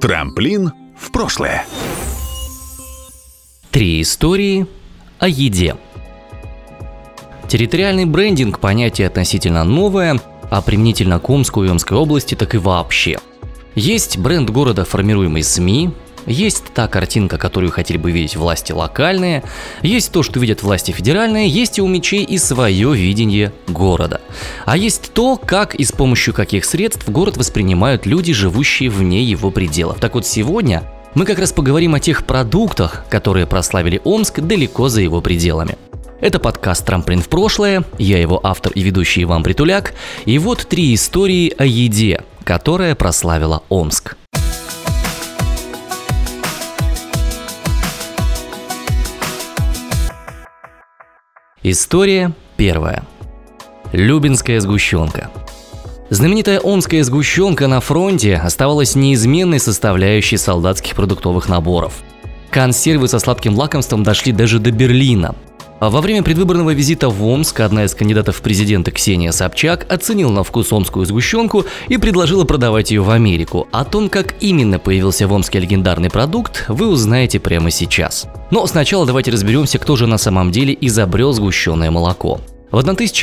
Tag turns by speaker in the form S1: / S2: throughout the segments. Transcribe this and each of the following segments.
S1: Трамплин в прошлое.
S2: 3 истории о еде. Территориальный брендинг – понятие относительно новое, а применительно к Омску и Омской области так и вообще. Есть бренд города, формируемый СМИ, есть та картинка, которую хотели бы видеть власти локальные, есть то, что видят власти федеральные, есть и у мечей и свое видение города. А есть то, как и с помощью каких средств город воспринимают люди, живущие вне его пределов. Так вот, сегодня мы как раз поговорим о тех продуктах, которые прославили Омск далеко за его пределами. Это подкаст «Трамплин в прошлое», я его автор и ведущий Иван Притуляк, и вот 3 истории о еде, которая прославила Омск. История первая. Любинская сгущенка. Знаменитая омская сгущенка на фронте оставалась неизменной составляющей солдатских продуктовых наборов. Консервы со сладким лакомством дошли даже до Берлина. Во время предвыборного визита в Омск одна из кандидатов в президенты, Ксения Собчак, оценила на вкус омскую сгущенку и предложила продавать ее в Америку. О том, как именно появился в Омске легендарный продукт, вы узнаете прямо сейчас. Но сначала давайте разберемся, кто же на самом деле изобрел сгущенное молоко. В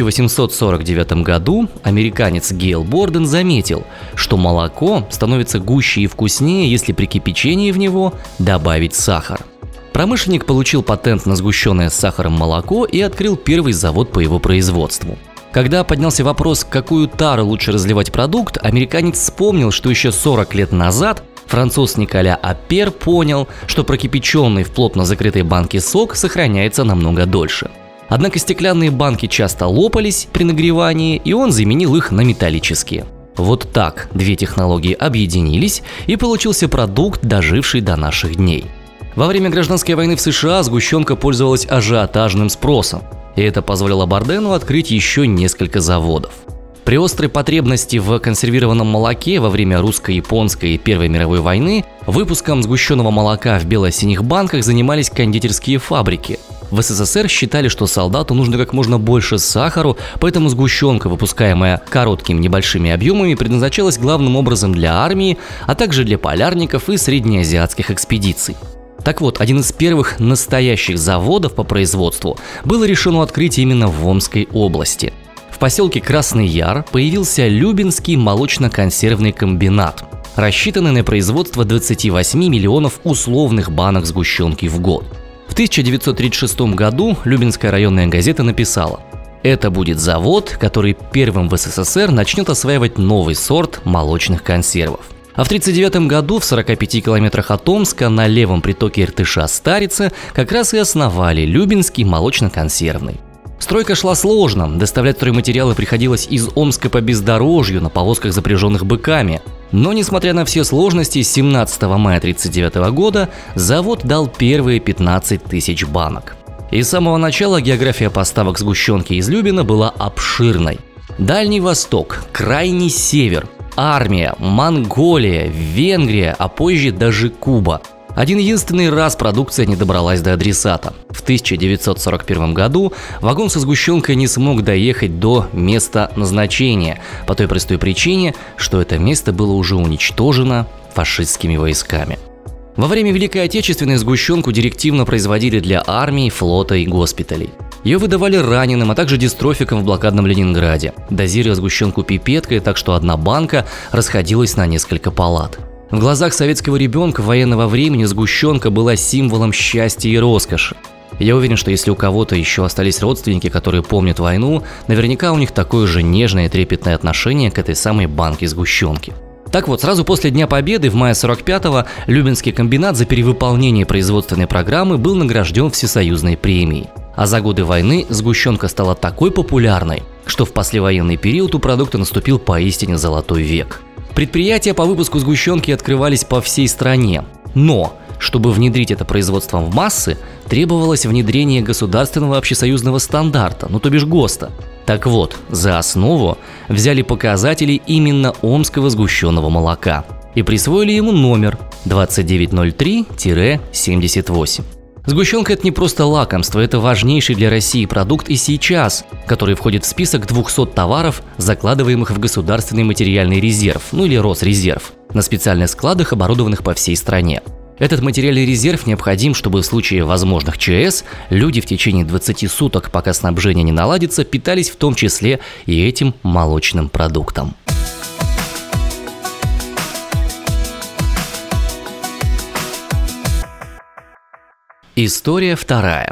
S2: 1849 году американец Гейл Борден заметил, что молоко становится гуще и вкуснее, если при кипячении в него добавить сахар. Промышленник получил патент на сгущенное с сахаром молоко и открыл первый завод по его производству. Когда поднялся вопрос, какую тару лучше разливать продукт, американец вспомнил, что еще 40 лет назад француз Николя Аппер понял, что прокипяченный в плотно закрытой банке сок сохраняется намного дольше. Однако стеклянные банки часто лопались при нагревании, и он заменил их на металлические. Вот так 2 технологии объединились, и получился продукт, доживший до наших дней. Во время гражданской войны в США сгущенка пользовалась ажиотажным спросом, и это позволило Бордену открыть еще несколько заводов. При острой потребности в консервированном молоке во время русско-японской и Первой мировой войны выпуском сгущенного молока в бело-синих банках занимались кондитерские фабрики. В СССР считали, что солдату нужно как можно больше сахару, поэтому сгущенка, выпускаемая короткими небольшими объемами, предназначалась главным образом для армии, а также для полярников и среднеазиатских экспедиций. Так вот, один из первых настоящих заводов по производству было решено открыть именно в Омской области. В поселке Красный Яр появился Любинский молочно-консервный комбинат, рассчитанный на производство 28 миллионов условных банок сгущенки в год. В 1936 году Любинская районная газета написала: «Это будет завод, который первым в СССР начнет осваивать новый сорт молочных консервов». А в 1939 году в 45 километрах от Омска на левом притоке Иртыша Старица как раз и основали Любинский молочно-консервный. Стройка шла сложно, доставлять стройматериалы приходилось из Омска по бездорожью на повозках, запряженных быками. Но несмотря на все сложности, 17 мая 1939 года завод дал первые 15 тысяч банок. И с самого начала география поставок сгущенки из Любина была обширной. Дальний Восток, Крайний Север, Армия, Монголия, Венгрия, а позже даже Куба. Один-единственный раз продукция не добралась до адресата. В 1941 году вагон со сгущенкой не смог доехать до места назначения, по той простой причине, что это место было уже уничтожено фашистскими войсками. Во время Великой Отечественной сгущенку директивно производили для армии, флота и госпиталей. Ее выдавали раненым, а также дистрофикам в блокадном Ленинграде, дозируя сгущенку пипеткой, так что одна банка расходилась на несколько палат. В глазах советского ребенка военного времени сгущенка была символом счастья и роскоши. Я уверен, что если у кого-то еще остались родственники, которые помнят войну, наверняка у них такое же нежное и трепетное отношение к этой самой банке сгущенки. Так вот, сразу после Дня Победы в мае 45-го Любинский комбинат за перевыполнение производственной программы был награжден всесоюзной премией. А за годы войны сгущенка стала такой популярной, что в послевоенный период у продукта наступил поистине золотой век. Предприятия по выпуску сгущенки открывались по всей стране, но чтобы внедрить это производство в массы, требовалось внедрение государственного общесоюзного стандарта, то бишь ГОСТа. Так вот, за основу взяли показатели именно омского сгущенного молока и присвоили ему номер 2903-78. Сгущенка – это не просто лакомство, это важнейший для России продукт и сейчас, который входит в список 200 товаров, закладываемых в государственный материальный резерв, или Росрезерв, на специальных складах, оборудованных по всей стране. Этот материальный резерв необходим, чтобы в случае возможных ЧС люди в течение 20 суток, пока снабжение не наладится, питались в том числе и этим молочным продуктом. История вторая.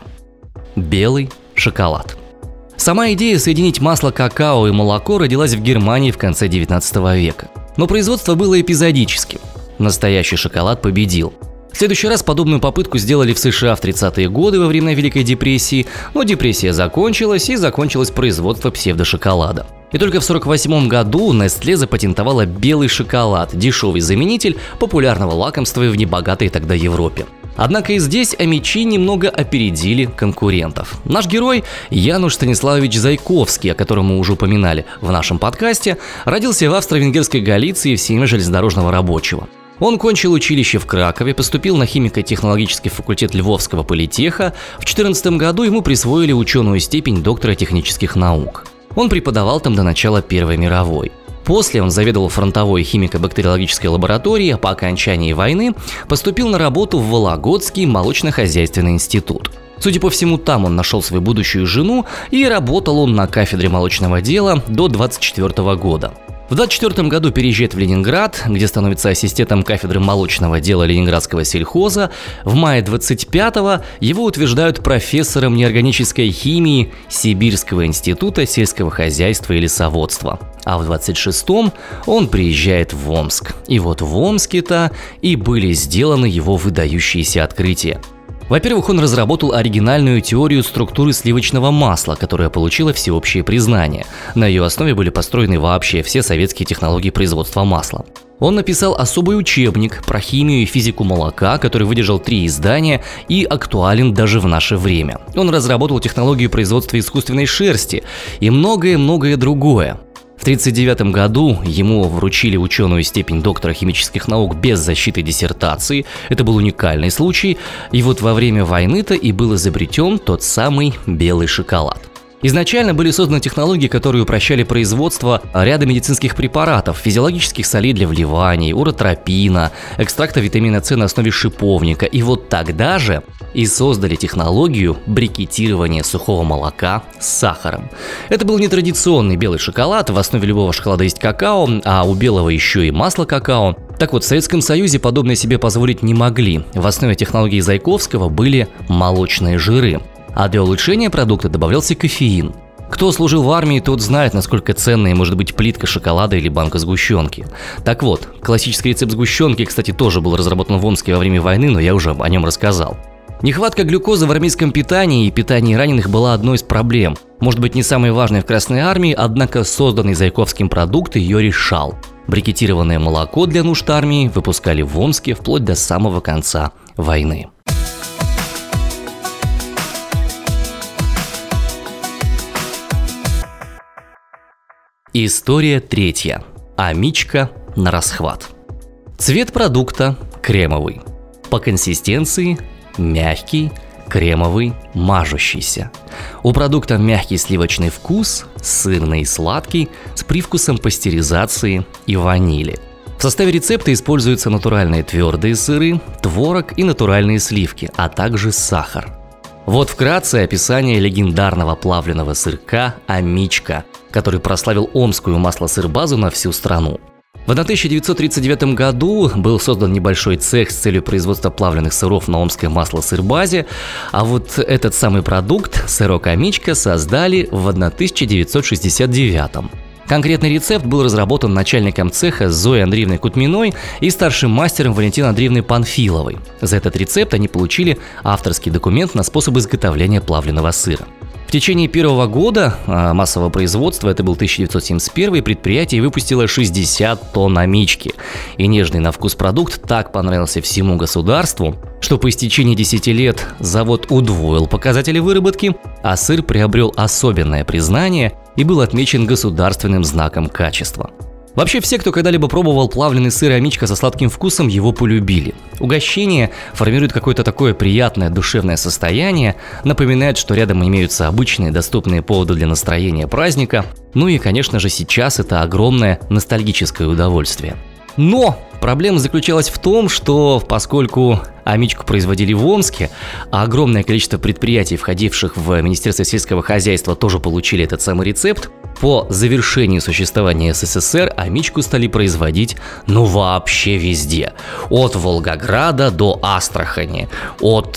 S2: Белый шоколад. Сама идея соединить масло какао и молоко родилась в Германии в конце 19 века. Но производство было эпизодическим. Настоящий шоколад победил. В следующий раз подобную попытку сделали в США в 30-е годы во время Великой депрессии, но депрессия закончилась, и закончилось производство псевдошоколада. И только в 1948 году Nestlé запатентовала белый шоколад, дешевый заменитель популярного лакомства в небогатой тогда Европе. Однако и здесь амичи немного опередили конкурентов. Наш герой Януш Станиславович Зайковский, о котором мы уже упоминали в нашем подкасте, родился в австро-венгерской Галиции в семье железнодорожного рабочего. Он кончил училище в Кракове, поступил на химико-технологический факультет Львовского политеха. В 2014 году ему присвоили ученую степень доктора технических наук. Он преподавал там до начала Первой мировой. После он заведовал фронтовой химико-бактериологической лабораторией, а по окончании войны поступил на работу в Вологодский молочно-хозяйственный институт. Судя по всему, там он нашел свою будущую жену, и работал он на кафедре молочного дела до 1924 года. В 1924 году переезжает в Ленинград, где становится ассистентом кафедры молочного дела Ленинградского сельхоза. В мае 1925-го его утверждают профессором неорганической химии Сибирского института сельского хозяйства и лесоводства. А в 1926-м он приезжает в Омск. И вот в Омске-то и были сделаны его выдающиеся открытия. Во-первых, он разработал оригинальную теорию структуры сливочного масла, которая получила всеобщее признание. На ее основе были построены вообще все советские технологии производства масла. Он написал особый учебник про химию и физику молока, который выдержал 3 издания и актуален даже в наше время. Он разработал технологию производства искусственной шерсти и многое-многое другое. В 1939 году ему вручили ученую степень доктора химических наук без защиты диссертации. Это был уникальный случай. И вот во время войны-то и был изобретен тот самый белый шоколад. Изначально были созданы технологии, которые упрощали производство ряда медицинских препаратов, физиологических солей для вливаний, уротропина, экстракта витамина С на основе шиповника. И вот тогда же и создали технологию брикетирования сухого молока с сахаром. Это был нетрадиционный белый шоколад, в основе любого шоколада есть какао, а у белого еще и масло какао. Так вот, в Советском Союзе подобное себе позволить не могли. В основе технологии Зайковского были молочные жиры. А для улучшения продукта добавлялся кофеин. Кто служил в армии, тот знает, насколько ценной может быть плитка шоколада или банка сгущенки. Так вот, классический рецепт сгущенки, кстати, тоже был разработан в Омске во время войны, но я уже о нем рассказал. Нехватка глюкозы в армейском питании и питании раненых была одной из проблем. Может быть, не самой важной в Красной армии, однако созданный Зайковским продукт ее решал. Брикетированное молоко для нужд армии выпускали в Омске вплоть до самого конца войны. История третья. Амичка на расхват. Цвет продукта кремовый. По консистенции мягкий, кремовый, мажущийся. У продукта мягкий сливочный вкус, сырный и сладкий, с привкусом пастеризации и ванили. В составе рецепта используются натуральные твердые сыры, творог и натуральные сливки, а также сахар. Вот вкратце описание легендарного плавленного сырка «Амичка», который прославил омскую масло-сыр-базу на всю страну. В 1939 году был создан небольшой цех с целью производства плавленных сыров на омской масло-сыр-базе, а вот этот самый продукт, сырок «Амичка», создали в 1969. Конкретный рецепт был разработан начальником цеха Зоей Андреевной Кутминой и старшим мастером Валентиной Андреевной Панфиловой. За этот рецепт они получили авторский документ на способ изготовления плавленного сыра. В течение первого года массового производства, это был 1971, предприятие выпустило 60 тонн амички. И нежный на вкус продукт так понравился всему государству, что по истечении 10 лет завод удвоил показатели выработки, а сыр приобрел особенное признание и был отмечен государственным знаком качества. Вообще все, кто когда-либо пробовал плавленый сыр амичка со сладким вкусом, его полюбили. Угощение формирует какое-то такое приятное душевное состояние, напоминает, что рядом имеются обычные доступные поводы для настроения праздника, ну и, конечно же, сейчас это огромное ностальгическое удовольствие. Но проблема заключалась в том, что поскольку амичку производили в Омске, а огромное количество предприятий, входивших в Министерство сельского хозяйства, тоже получили этот самый рецепт, по завершении существования СССР амичку стали производить вообще везде. От Волгограда до Астрахани, от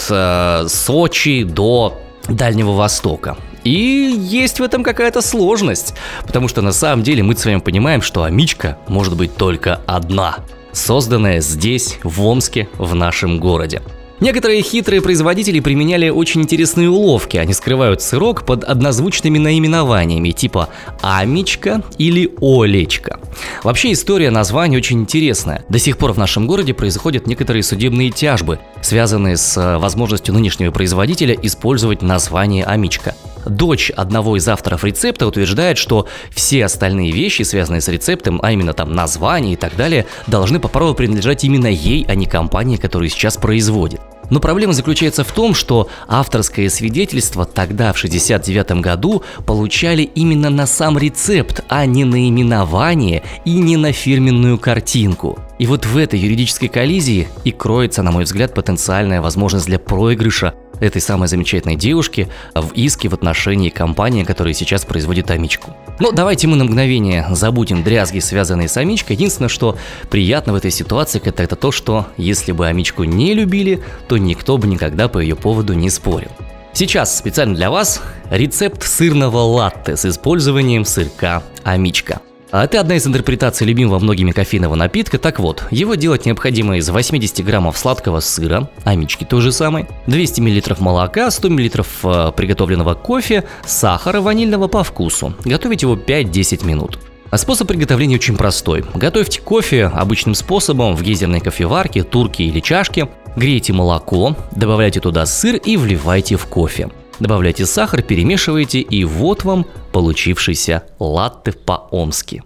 S2: Сочи до Дальнего Востока. И есть в этом какая-то сложность, потому что на самом деле мы с вами понимаем, что амичка может быть только одна, созданная здесь, в Омске, в нашем городе. Некоторые хитрые производители применяли очень интересные уловки. Они скрывают сырок под однозвучными наименованиями типа «Амичка» или «Олечка». Вообще история названий очень интересная. До сих пор в нашем городе происходят некоторые судебные тяжбы, связанные с возможностью нынешнего производителя использовать название «Амичка». Дочь одного из авторов рецепта утверждает, что все остальные вещи, связанные с рецептом, а именно там название и так далее, должны по праву принадлежать именно ей, а не компании, которая сейчас производит. Но проблема заключается в том, что авторское свидетельство тогда, в 1969 году, получали именно на сам рецепт, а не на наименование и не на фирменную картинку. И вот в этой юридической коллизии и кроется, на мой взгляд, потенциальная возможность для проигрыша этой самой замечательной девушки в иске в отношении компании, которая сейчас производит амичку. Но давайте мы на мгновение забудем дрязги, связанные с амичкой. Единственное, что приятно в этой ситуации, это то, что если бы амичку не любили, то никто бы никогда по ее поводу не спорил. Сейчас специально для вас рецепт сырного латте с использованием сырка амичка. Это одна из интерпретаций любимого многими кофейного напитка. Так вот, его делать необходимо из 80 граммов сладкого сыра, амички той же самой, 200 мл молока, 100 мл приготовленного кофе, сахара ванильного по вкусу. Готовить его 5-10 минут. А способ приготовления очень простой. Готовьте кофе обычным способом в гейзерной кофеварке, турке или чашке. Грейте молоко, добавляйте туда сыр и вливайте в кофе. Добавляйте сахар, перемешивайте, и вот вам получившийся латте по-омски.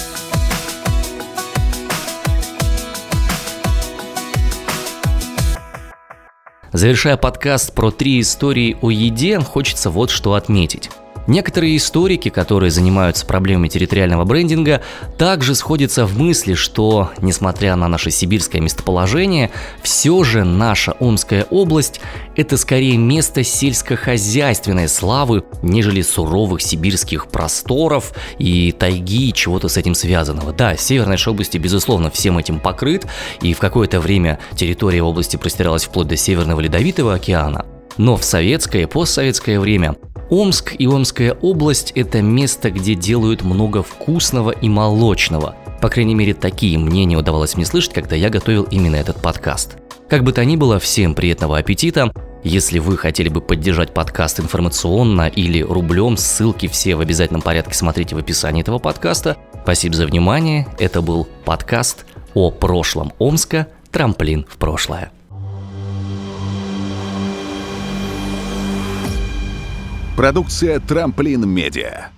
S2: Завершая подкаст про 3 истории о еде, хочется вот что отметить. Некоторые историки, которые занимаются проблемами территориального брендинга, также сходятся в мысли, что, несмотря на наше сибирское местоположение, все же наша Омская область – это скорее место сельскохозяйственной славы, нежели суровых сибирских просторов и тайги и чего-то с этим связанного. Да, север нашей области, безусловно, всем этим покрыт, и в какое-то время территория области простиралась вплоть до Северного Ледовитого океана. Но в советское и постсоветское время Омск и Омская область – это место, где делают много вкусного и молочного. По крайней мере, такие мнения удавалось мне слышать, когда я готовил именно этот подкаст. Как бы то ни было, всем приятного аппетита. Если вы хотели бы поддержать подкаст информационно или рублем, ссылки все в обязательном порядке смотрите в описании этого подкаста. Спасибо за внимание. Это был подкаст о прошлом Омска «Трамплин в прошлое».
S1: Продукция «Трамплин Медиа».